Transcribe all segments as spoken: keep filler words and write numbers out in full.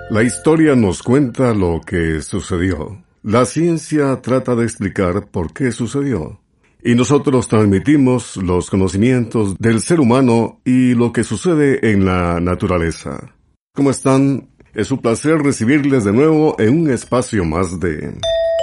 La historia nos cuenta lo que sucedió. La ciencia trata de explicar por qué sucedió. Y nosotros transmitimos los conocimientos del ser humano y lo que sucede en la naturaleza. ¿Cómo están? Es un placer recibirles de nuevo en un espacio más de...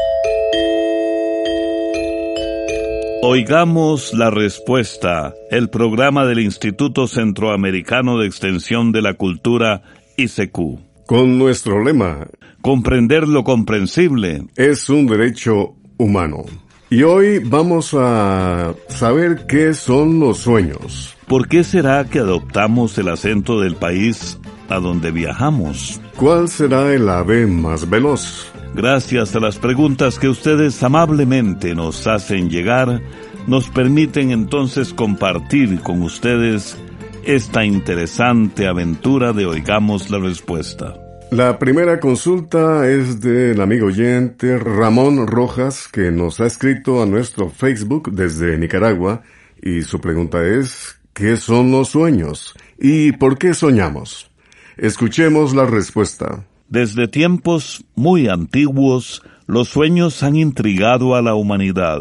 Oigamos la respuesta, el programa del Instituto Centroamericano de Extensión de la Cultura, I C Q. Con nuestro lema, comprender lo comprensible es un derecho humano. Y hoy vamos a saber qué son los sueños. ¿Por qué será que adoptamos el acento del país a donde viajamos? ¿Cuál será el ave más veloz? Gracias a las preguntas que ustedes amablemente nos hacen llegar, nos permiten entonces compartir con ustedes esta interesante aventura de Oigamos la Respuesta. La primera consulta es del amigo oyente Ramón Rojas, que nos ha escrito a nuestro Facebook desde Nicaragua, y su pregunta es, ¿qué son los sueños? ¿Y por qué soñamos? Escuchemos la respuesta. Desde tiempos muy antiguos, los sueños han intrigado a la humanidad.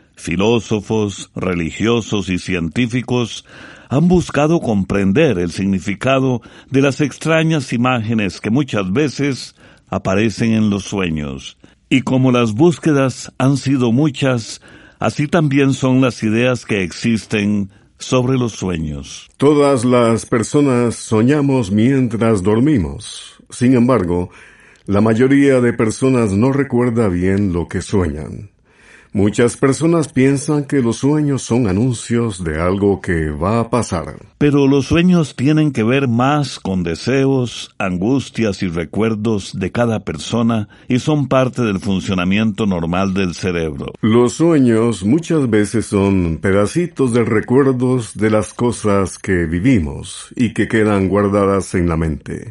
Filósofos, religiosos y científicos han buscado comprender el significado de las extrañas imágenes que muchas veces aparecen en los sueños. Y como las búsquedas han sido muchas, así también son las ideas que existen sobre los sueños. Todas las personas soñamos mientras dormimos. Sin embargo, la mayoría de personas no recuerda bien lo que sueñan. Muchas personas piensan que los sueños son anuncios de algo que va a pasar. Pero los sueños tienen que ver más con deseos, angustias y recuerdos de cada persona y son parte del funcionamiento normal del cerebro. Los sueños muchas veces son pedacitos de recuerdos de las cosas que vivimos y que quedan guardadas en la mente.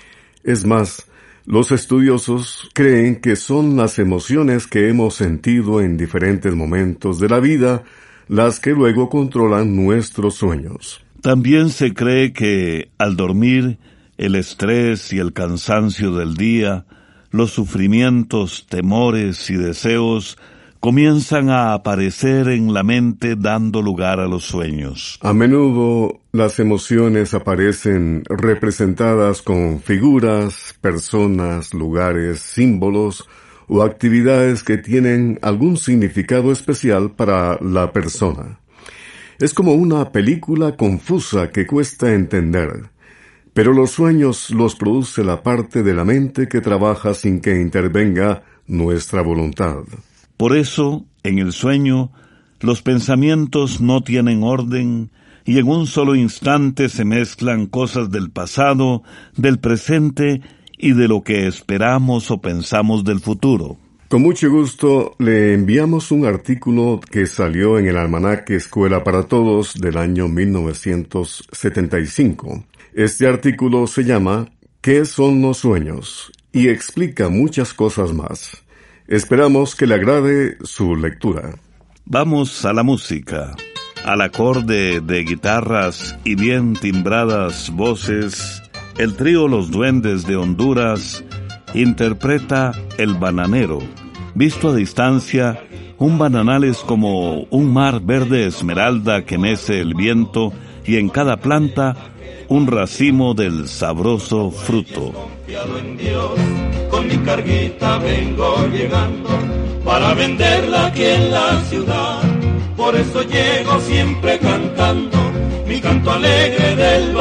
Es más, los estudiosos creen que son las emociones que hemos sentido en diferentes momentos de la vida las que luego controlan nuestros sueños. También se cree que, al dormir, el estrés y el cansancio del día, los sufrimientos, temores y deseos comienzan a aparecer en la mente dando lugar a los sueños. A menudo las emociones aparecen representadas con figuras, personas, lugares, símbolos o actividades que tienen algún significado especial para la persona. Es como una película confusa que cuesta entender, pero los sueños los produce la parte de la mente que trabaja sin que intervenga nuestra voluntad. Por eso, en el sueño, los pensamientos no tienen orden y en un solo instante se mezclan cosas del pasado, del presente y de lo que esperamos o pensamos del futuro. Con mucho gusto le enviamos un artículo que salió en el almanaque Escuela para Todos del año mil novecientos setenta y cinco. Este artículo se llama ¿Qué son los sueños? Y explica muchas cosas más. Esperamos que le agrade su lectura. Vamos a la música. Al acorde de guitarras y bien timbradas voces, el trío Los Duendes de Honduras interpreta El Bananero. Visto a distancia, un bananal es como un mar verde esmeralda que mece el viento y en cada planta un racimo del sabroso fruto. Confiado en Dios, con mi carguita vengo llegando para venderla aquí en la ciudad. Por eso llego siempre cantando mi canto alegre del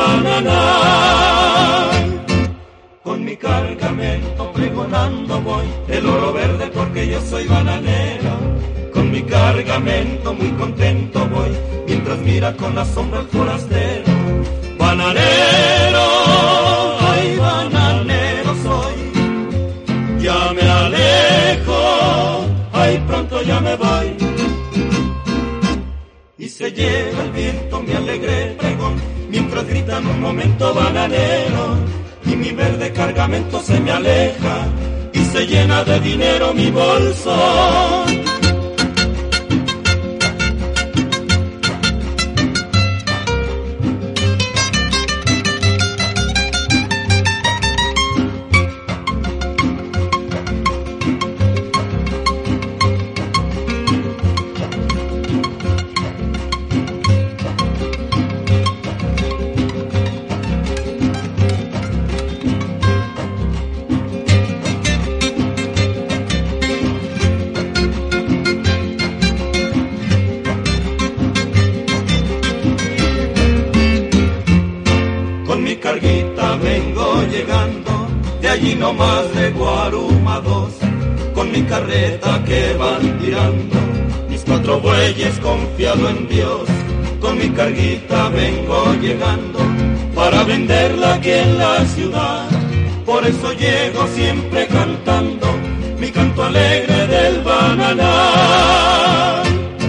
bananal. Con mi cargamento pregonando voy el oro verde porque yo soy bananero. Con mi cargamento muy contento voy mientras mira con asombro el forastero. Bananero, ay bananero soy, ya me alejo, ay pronto ya me voy. Y se lleva el viento mi alegre pregón, mientras gritan un momento bananero. Y mi verde cargamento se me aleja, y se llena de dinero mi bolso. vengo llegando, de allí nomás de Guaruma dos, con mi carreta que van tirando, mis cuatro bueyes confiado en Dios, con mi carguita vengo llegando, para venderla aquí en la ciudad, por eso llego siempre cantando, mi canto alegre del bananal.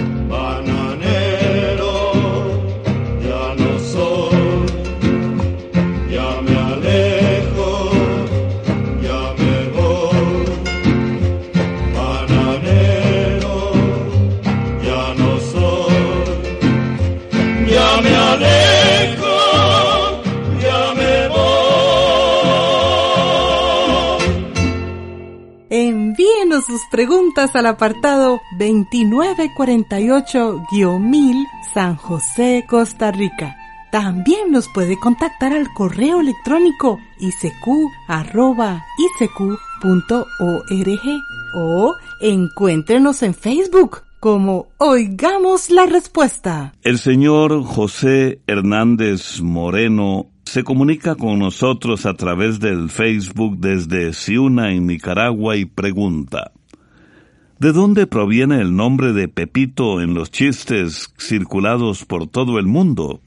Envíenos sus preguntas al apartado veintinueve cuarenta y ocho mil San José, Costa Rica. También nos puede contactar al correo electrónico i c q arroba i c q punto org o encuéntrenos en Facebook como Oigamos la Respuesta. El señor José Hernández Moreno se comunica con nosotros a través del Facebook desde Ciuna, en Nicaragua, y pregunta: ¿de dónde proviene el nombre de Pepito en los chistes circulados por todo el mundo?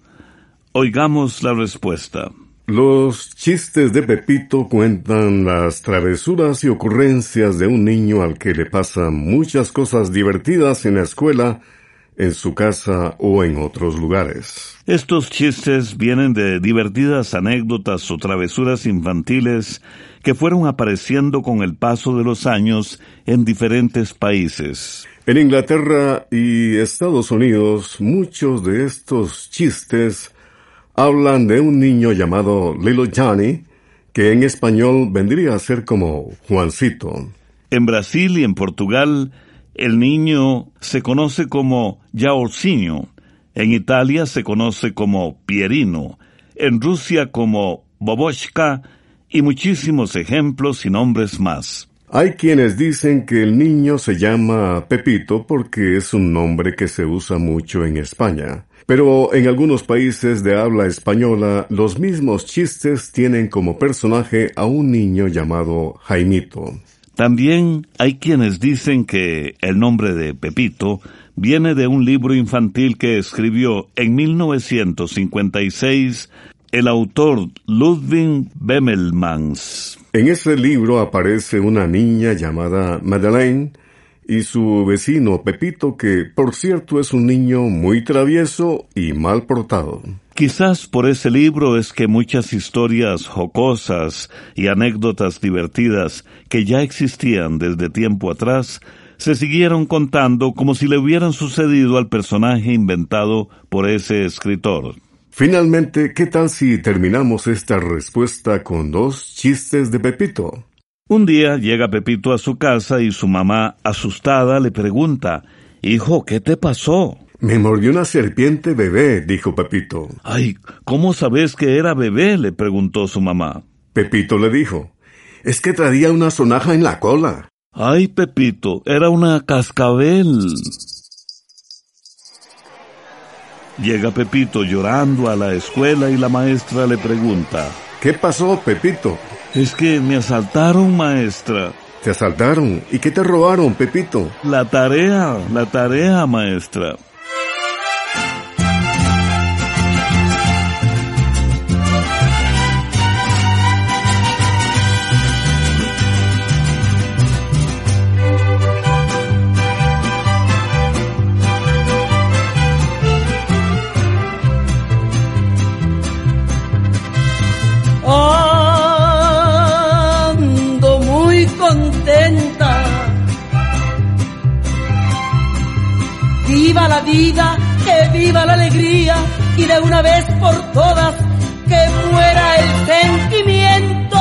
Oigamos la respuesta. Los chistes de Pepito cuentan las travesuras y ocurrencias de un niño al que le pasan muchas cosas divertidas en la escuela, en su casa o en otros lugares. Estos chistes vienen de divertidas anécdotas o travesuras infantiles que fueron apareciendo con el paso de los años en diferentes países. En Inglaterra y Estados Unidos, muchos de estos chistes hablan de un niño llamado Little Johnny, que en español vendría a ser como Juancito. En Brasil y en Portugal, el niño se conoce como Jairzinho. En Italia se conoce como Pierino. En Rusia como Boboshka, y muchísimos ejemplos y nombres más. Hay quienes dicen que el niño se llama Pepito porque es un nombre que se usa mucho en España. Pero en algunos países de habla española, los mismos chistes tienen como personaje a un niño llamado Jaimito. También hay quienes dicen que el nombre de Pepito viene de un libro infantil que escribió en mil novecientos cincuenta y seis el autor Ludwig Bemelmans. En ese libro aparece una niña llamada Madeleine y su vecino Pepito, que por cierto es un niño muy travieso y mal portado. Quizás por ese libro es que muchas historias jocosas y anécdotas divertidas que ya existían desde tiempo atrás se siguieron contando como si le hubieran sucedido al personaje inventado por ese escritor. Finalmente, ¿qué tal si terminamos esta respuesta con dos chistes de Pepito? Un día llega Pepito a su casa y su mamá, asustada, le pregunta: «Hijo, ¿qué te pasó?» «Me mordió una serpiente bebé», dijo Pepito. «Ay, ¿cómo sabes que era bebé?», le preguntó su mamá. Pepito le dijo: «Es que traía una sonaja en la cola». «Ay, Pepito, era una cascabel». Llega Pepito llorando a la escuela y la maestra le pregunta: «¿Qué pasó, Pepito?» «Es que me asaltaron, maestra». «¿Te asaltaron? ¿Y qué te robaron, Pepito?» «La tarea, la tarea, maestra». Viva la vida, que viva la alegría, y de una vez por todas que muera el sentimiento.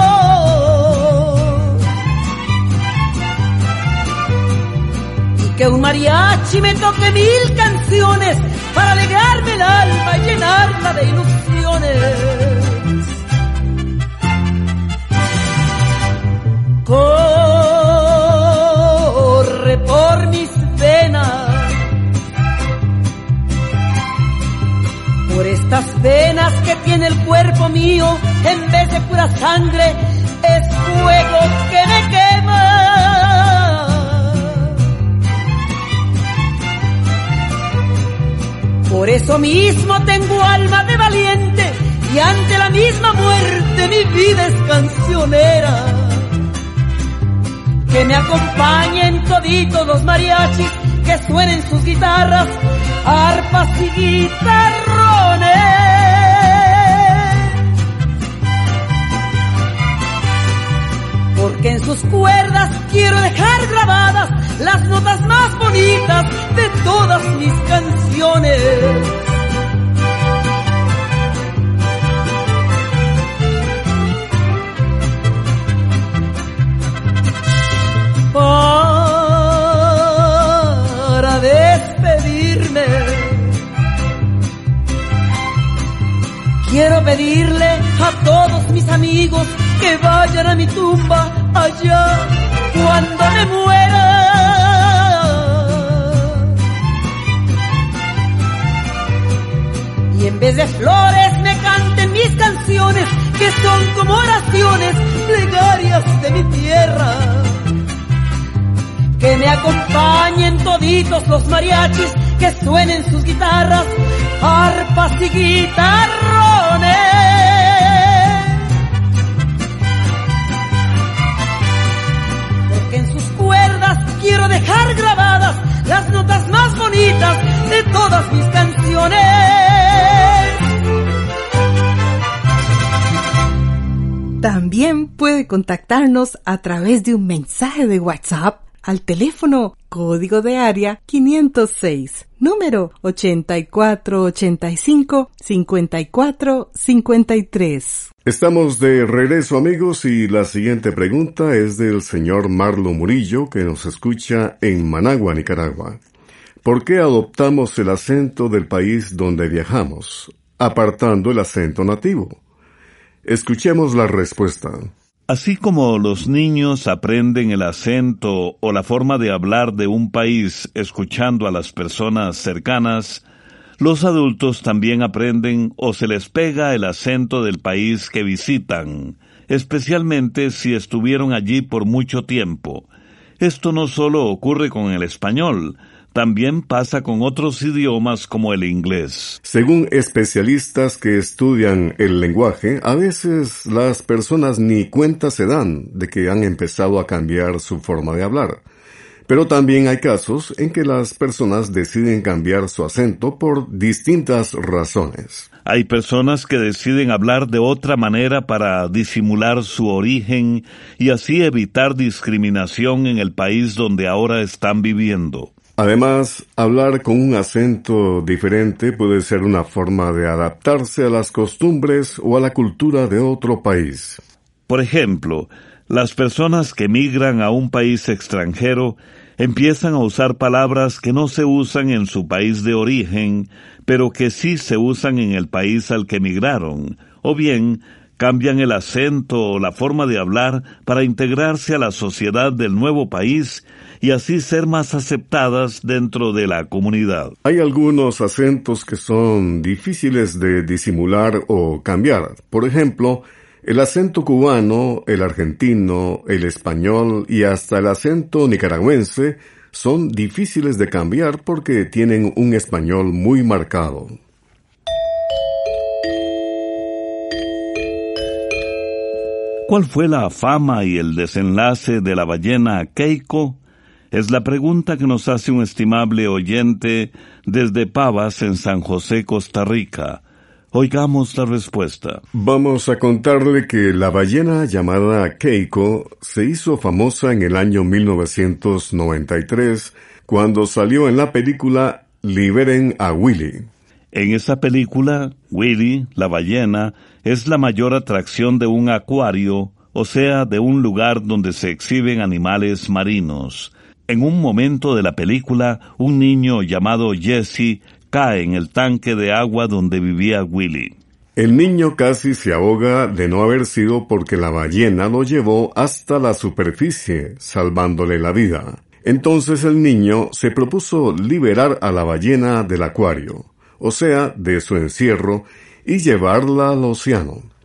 Y que un mariachi me toque mil canciones para alegrarme el alma y llenarla de ilusiones. Corre por mis venas, por estas venas que tiene el cuerpo mío, mío, en vez de pura sangre, es fuego que me quema. Por eso mismo tengo alma de valiente, y ante la misma muerte mi vida es cancionera. Que me acompañen toditos los mariachis, que suenen sus guitarras, arpas y guitarrones. Porque en sus cuerdas quiero dejar grabadas las notas más bonitas de todas mis canciones. Para despedirme, quiero pedirle a todos mis amigos que vayan a mi tumba allá cuando me muera. Y en vez de flores me canten mis canciones, que son como oraciones plegarias de mi tierra. Que me acompañen toditos los mariachis, que suenen sus guitarras, arpas y guitarrones. Porque en sus cuerdas quiero dejar grabadas las notas más bonitas de todas mis canciones. También puede contactarnos a través de un mensaje de WhatsApp al teléfono código de área quinientos seis, número ochenta y cuatro ochenta y cinco, cincuenta y cuatro cincuenta y tres. Estamos de regreso, amigos, y la siguiente pregunta es del señor Marlon Murillo, que nos escucha en Managua, Nicaragua. ¿Por qué adoptamos el acento del país donde viajamos, apartando el acento nativo? Escuchemos la respuesta. Así como los niños aprenden el acento o la forma de hablar de un país escuchando a las personas cercanas, los adultos también aprenden o se les pega el acento del país que visitan, especialmente si estuvieron allí por mucho tiempo. Esto no solo ocurre con el español, también pasa con otros idiomas como el inglés. Según especialistas que estudian el lenguaje, a veces las personas ni cuenta se dan de que han empezado a cambiar su forma de hablar. Pero también hay casos en que las personas deciden cambiar su acento por distintas razones. Hay personas que deciden hablar de otra manera para disimular su origen y así evitar discriminación en el país donde ahora están viviendo. Además, hablar con un acento diferente puede ser una forma de adaptarse a las costumbres o a la cultura de otro país. Por ejemplo, las personas que migran a un país extranjero empiezan a usar palabras que no se usan en su país de origen, pero que sí se usan en el país al que migraron, o bien cambian el acento o la forma de hablar para integrarse a la sociedad del nuevo país y así ser más aceptadas dentro de la comunidad. Hay algunos acentos que son difíciles de disimular o cambiar. Por ejemplo, el acento cubano, el argentino, el español y hasta el acento nicaragüense son difíciles de cambiar porque tienen un español muy marcado. ¿Cuál fue la fama y el desenlace de la ballena Keiko? Es la pregunta que nos hace un estimable oyente desde Pavas, en San José, Costa Rica. Oigamos la respuesta. Vamos a contarle que la ballena llamada Keiko se hizo famosa en el año mil novecientos noventa y tres, cuando salió en la película Liberen a Willy. En esa película, Willy, la ballena, es la mayor atracción de un acuario, o sea, de un lugar donde se exhiben animales marinos. En un momento de la película, un niño llamado Jesse cae en el tanque de agua donde vivía Willy. El niño casi se ahoga de no haber sido porque la ballena lo llevó hasta la superficie, salvándole la vida. Entonces el niño se propuso liberar a la ballena del acuario, o sea, de su encierro, y llevarla al océano.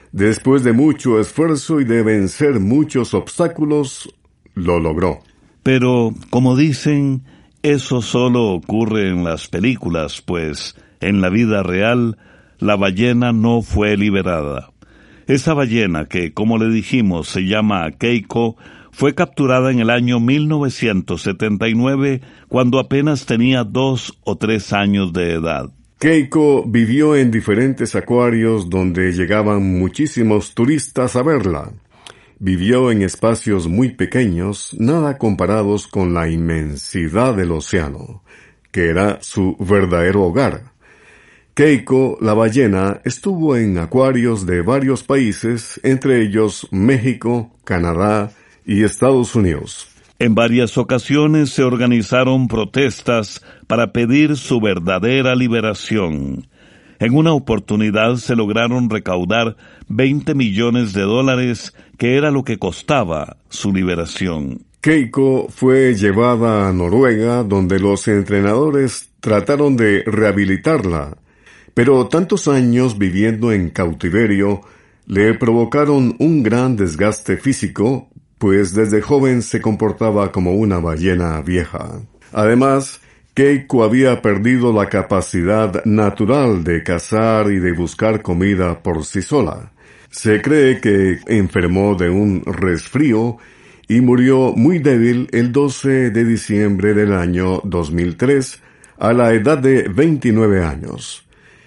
Después de mucho esfuerzo y de vencer muchos obstáculos, lo logró. Pero, como dicen, eso solo ocurre en las películas, pues en la vida real la ballena no fue liberada. Esa ballena que, como le dijimos, se llama Keiko, fue capturada en el año mil novecientos setenta y nueve, cuando apenas tenía dos o tres años de edad. Keiko vivió en diferentes acuarios donde llegaban muchísimos turistas a verla. Vivió en espacios muy pequeños, nada comparados con la inmensidad del océano, que era su verdadero hogar. Keiko, la ballena, estuvo en acuarios de varios países, entre ellos México, Canadá y Estados Unidos. En varias ocasiones se organizaron protestas para pedir su verdadera liberación. En una oportunidad se lograron recaudar veinte millones de dólares, que era lo que costaba su liberación. Keiko fue llevada a Noruega, donde los entrenadores trataron de rehabilitarla, pero tantos años viviendo en cautiverio le provocaron un gran desgaste físico, pues desde joven se comportaba como una ballena vieja. Además, Keiko había perdido la capacidad natural de cazar y de buscar comida por sí sola. Se cree que enfermó de un resfrío y murió muy débil el doce de diciembre del año dos mil tres, a la edad de veintinueve años.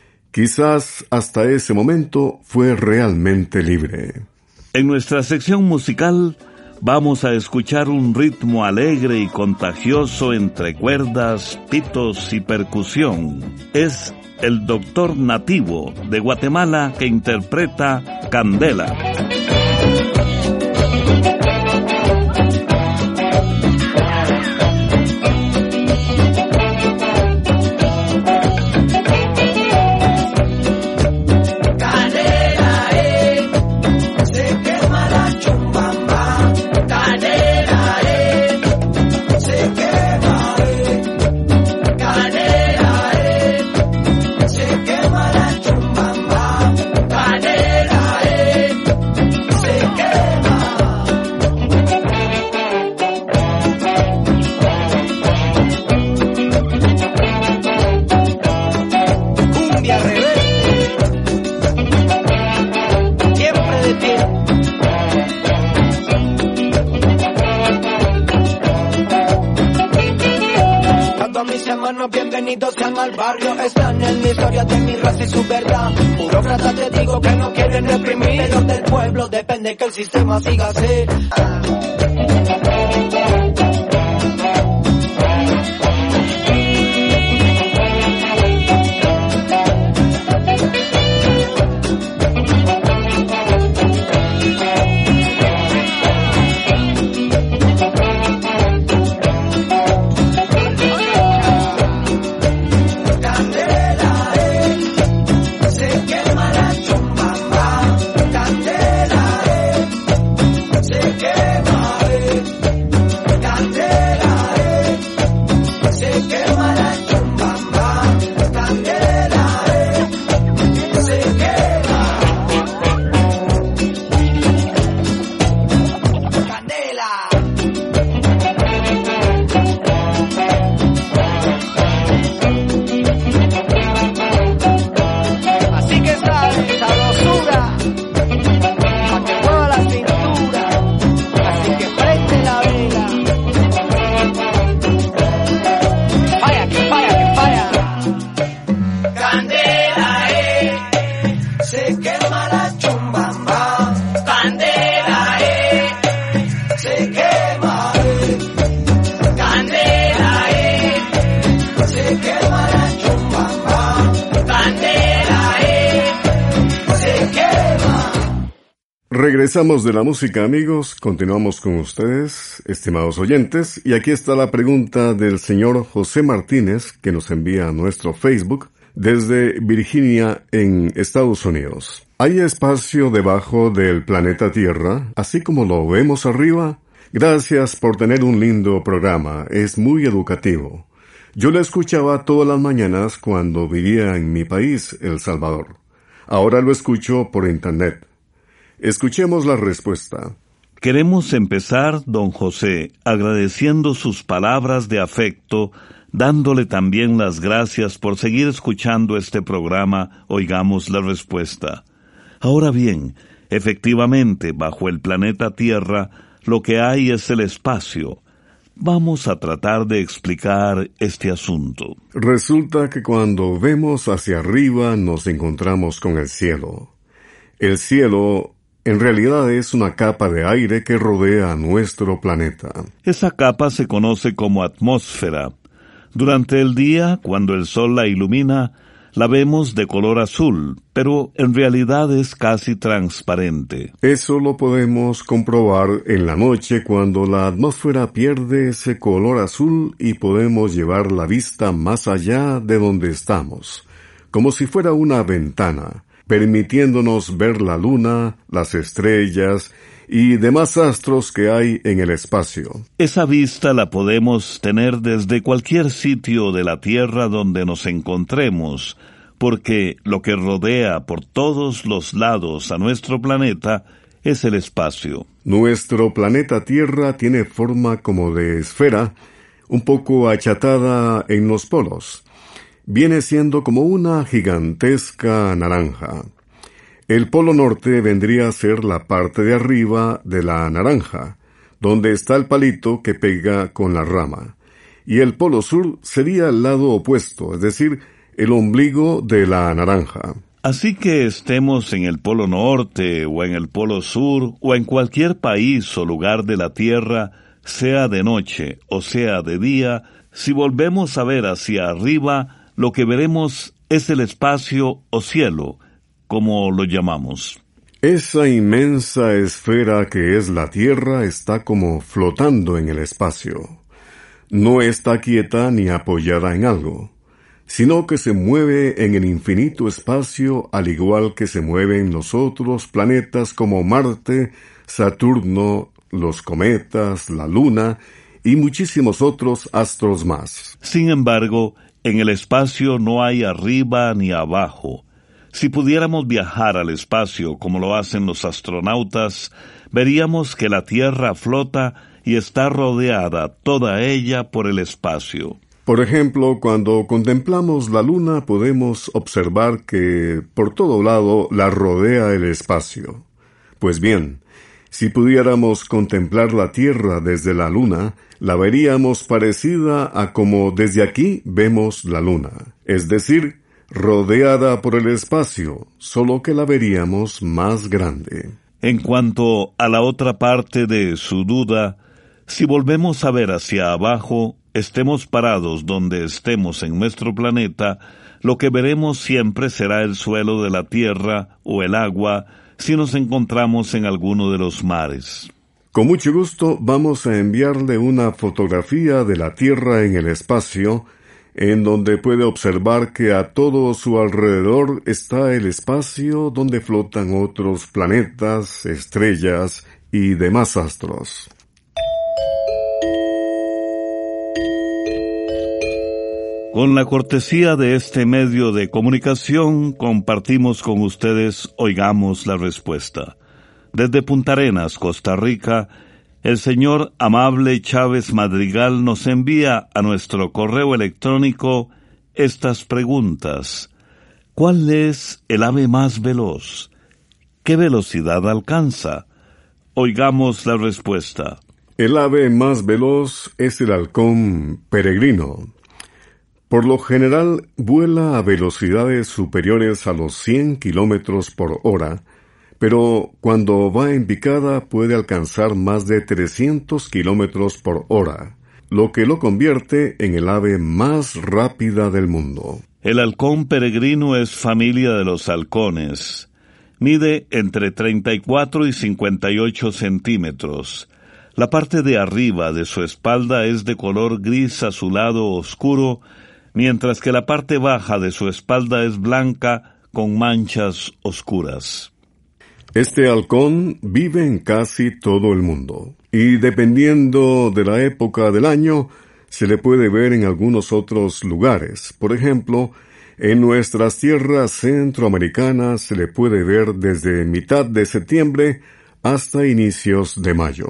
Quizás hasta ese momento fue realmente libre. En nuestra sección musical vamos a escuchar un ritmo alegre y contagioso entre cuerdas, pitos y percusión. Es el Doctor Nativo de Guatemala que interpreta Candela. Bienvenidos sean al barrio, están en la historia de mi raza y su verdad. Burócratas te digo que no quieren reprimir, pero del pueblo depende que el sistema siga así. Regresamos de la música, amigos. Continuamos con ustedes, estimados oyentes. Y aquí está la pregunta del señor José Martínez, que nos envía a nuestro Facebook desde Virginia, en Estados Unidos. ¿Hay espacio debajo del planeta Tierra, así como lo vemos arriba? Gracias por tener un lindo programa. Es muy educativo. Yo lo escuchaba todas las mañanas cuando vivía en mi país, El Salvador. Ahora lo escucho por internet. Escuchemos la respuesta. Queremos empezar, don José, agradeciendo sus palabras de afecto, dándole también las gracias por seguir escuchando este programa. Oigamos la respuesta. Ahora bien, efectivamente, bajo el planeta Tierra, lo que hay es el espacio. Vamos a tratar de explicar este asunto. Resulta que cuando vemos hacia arriba nos encontramos con el cielo. El cielo en realidad es una capa de aire que rodea a nuestro planeta. Esa capa se conoce como atmósfera. Durante el día, cuando el sol la ilumina, la vemos de color azul, pero en realidad es casi transparente. Eso lo podemos comprobar en la noche cuando la atmósfera pierde ese color azul y podemos llevar la vista más allá de donde estamos, como si fuera una ventana, permitiéndonos ver la luna, las estrellas y demás astros que hay en el espacio. Esa vista la podemos tener desde cualquier sitio de la Tierra donde nos encontremos, porque lo que rodea por todos los lados a nuestro planeta es el espacio. Nuestro planeta Tierra tiene forma como de esfera, un poco achatada en los polos. Viene siendo como una gigantesca naranja. El polo norte vendría a ser la parte de arriba de la naranja, donde está el palito que pega con la rama. Y el polo sur sería el lado opuesto, es decir, el ombligo de la naranja. Así que estemos en el polo norte o en el polo sur o en cualquier país o lugar de la Tierra, sea de noche o sea de día, si volvemos a ver hacia arriba, lo que veremos es el espacio o cielo, como lo llamamos. Esa inmensa esfera que es la Tierra está como flotando en el espacio. No está quieta ni apoyada en algo, sino que se mueve en el infinito espacio al igual que se mueven los otros planetas como Marte, Saturno, los cometas, la Luna y muchísimos otros astros más. Sin embargo, en el espacio no hay arriba ni abajo. Si pudiéramos viajar al espacio como lo hacen los astronautas, veríamos que la Tierra flota y está rodeada toda ella por el espacio. Por ejemplo, cuando contemplamos la Luna podemos observar que por todo lado la rodea el espacio. Pues bien, si pudiéramos contemplar la Tierra desde la Luna, la veríamos parecida a como desde aquí vemos la Luna, es decir, rodeada por el espacio, solo que la veríamos más grande. En cuanto a la otra parte de su duda, si volvemos a ver hacia abajo, estemos parados donde estemos en nuestro planeta, lo que veremos siempre será el suelo de la Tierra o el agua si nos encontramos en alguno de los mares. Con mucho gusto vamos a enviarle una fotografía de la Tierra en el espacio, en donde puede observar que a todo su alrededor está el espacio donde flotan otros planetas, estrellas y demás astros. Con la cortesía de este medio de comunicación, compartimos con ustedes Oigamos la Respuesta. Desde Punta Arenas, Costa Rica, el señor Amable Chávez Madrigal nos envía a nuestro correo electrónico estas preguntas. ¿Cuál es el ave más veloz? ¿Qué velocidad alcanza? Oigamos la respuesta. El ave más veloz es el halcón peregrino. Por lo general, vuela a velocidades superiores a los cien kilómetros por hora, pero cuando va en picada puede alcanzar más de trescientos kilómetros por hora, lo que lo convierte en el ave más rápida del mundo. El halcón peregrino es familia de los halcones. Mide entre treinta y cuatro y cincuenta y ocho centímetros. La parte de arriba de su espalda es de color gris azulado oscuro, mientras que la parte baja de su espalda es blanca con manchas oscuras. Este halcón vive en casi todo el mundo, y dependiendo de la época del año, se le puede ver en algunos otros lugares. Por ejemplo, En nuestras tierras centroamericanas se le puede ver desde mitad de septiembre hasta inicios de mayo.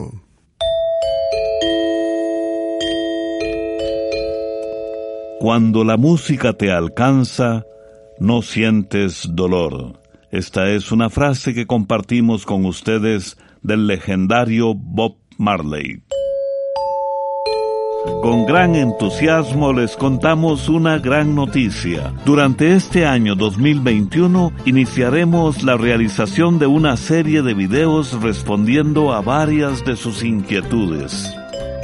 Cuando la música te alcanza, no sientes dolor. Esta es una frase que compartimos con ustedes del legendario Bob Marley. Con gran entusiasmo les contamos una gran noticia. Durante este año dos mil veintiuno iniciaremos la realización de una serie de videos respondiendo a varias de sus inquietudes.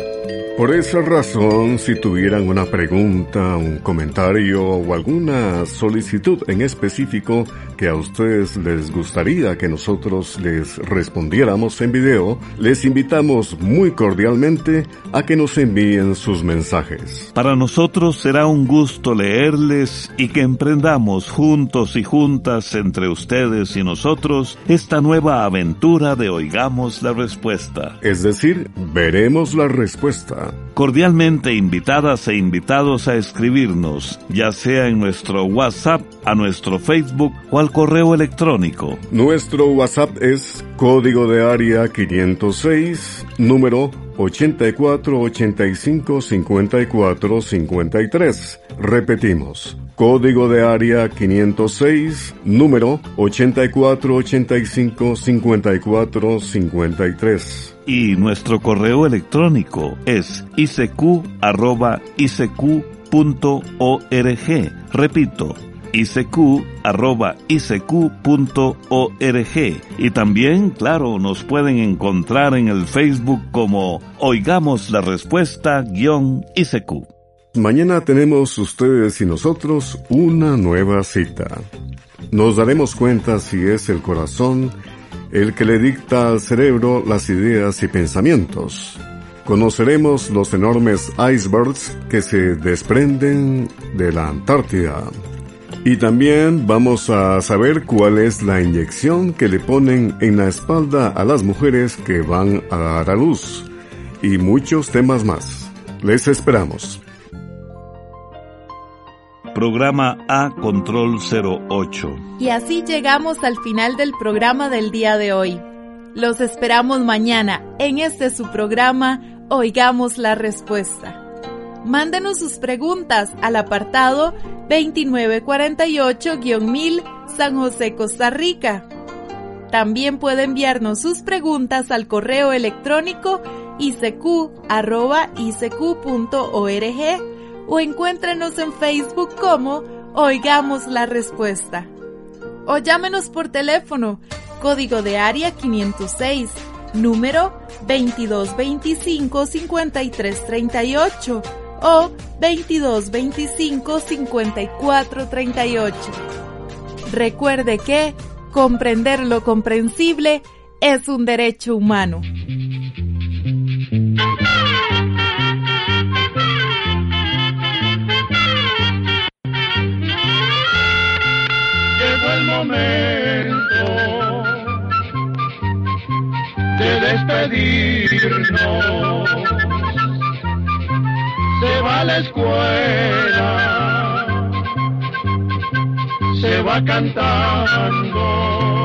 Por esa razón, si tuvieran una pregunta, un comentario o alguna solicitud en específico que a ustedes les gustaría que nosotros les respondiéramos en video, les invitamos muy cordialmente a que nos envíen sus mensajes. Para nosotros será un gusto leerles y que emprendamos juntos y juntas entre ustedes y nosotros esta nueva aventura de Oigamos la Respuesta. Es decir, veremos la respuesta. Cordialmente invitadas e invitados a escribirnos, ya sea en nuestro WhatsApp, a nuestro Facebook o al correo electrónico. Nuestro WhatsApp es código de área quinientos seis, número ochenta y cuatro ochenta y cinco cincuenta y cuatro cincuenta y tres. Repetimos, código de área quinientos seis, número ochenta y cuatro ochenta y cinco cincuenta y cuatro cincuenta y tres. Y nuestro correo electrónico es i c q arroba i c q punto org. Repito, i c q arroba i c q punto org. Y también, claro, nos pueden encontrar en el Facebook como Oigamos la Respuesta guión I C Q. Mañana tenemos ustedes y nosotros una nueva cita. Nos daremos cuenta si es el corazón el que le dicta al cerebro las ideas y pensamientos. Conoceremos los enormes icebergs que se desprenden de la Antártida. Y también vamos a saber cuál es la inyección que le ponen en la espalda a las mujeres que van a dar a luz. Y muchos temas más. Les esperamos. Programa A Control cero ocho. Y así llegamos al final del programa del día de hoy. Los esperamos mañana en este su programa Oigamos la Respuesta. Mándenos sus preguntas al apartado veintinueve cuarenta y ocho guión mil San José, Costa Rica. También puede enviarnos sus preguntas al correo electrónico i c q arroba i c q punto org o encuéntrenos en Facebook como Oigamos la Respuesta. O llámenos por teléfono, código de área quinientos seis, número veintidós veinticinco cincuenta y tres treinta y ocho o veintidós veinticinco cincuenta y cuatro treinta y ocho. Recuerde que comprender lo comprensible es un derecho humano. Llegó el momento de despedirnos. Se va a la escuela, se va cantando.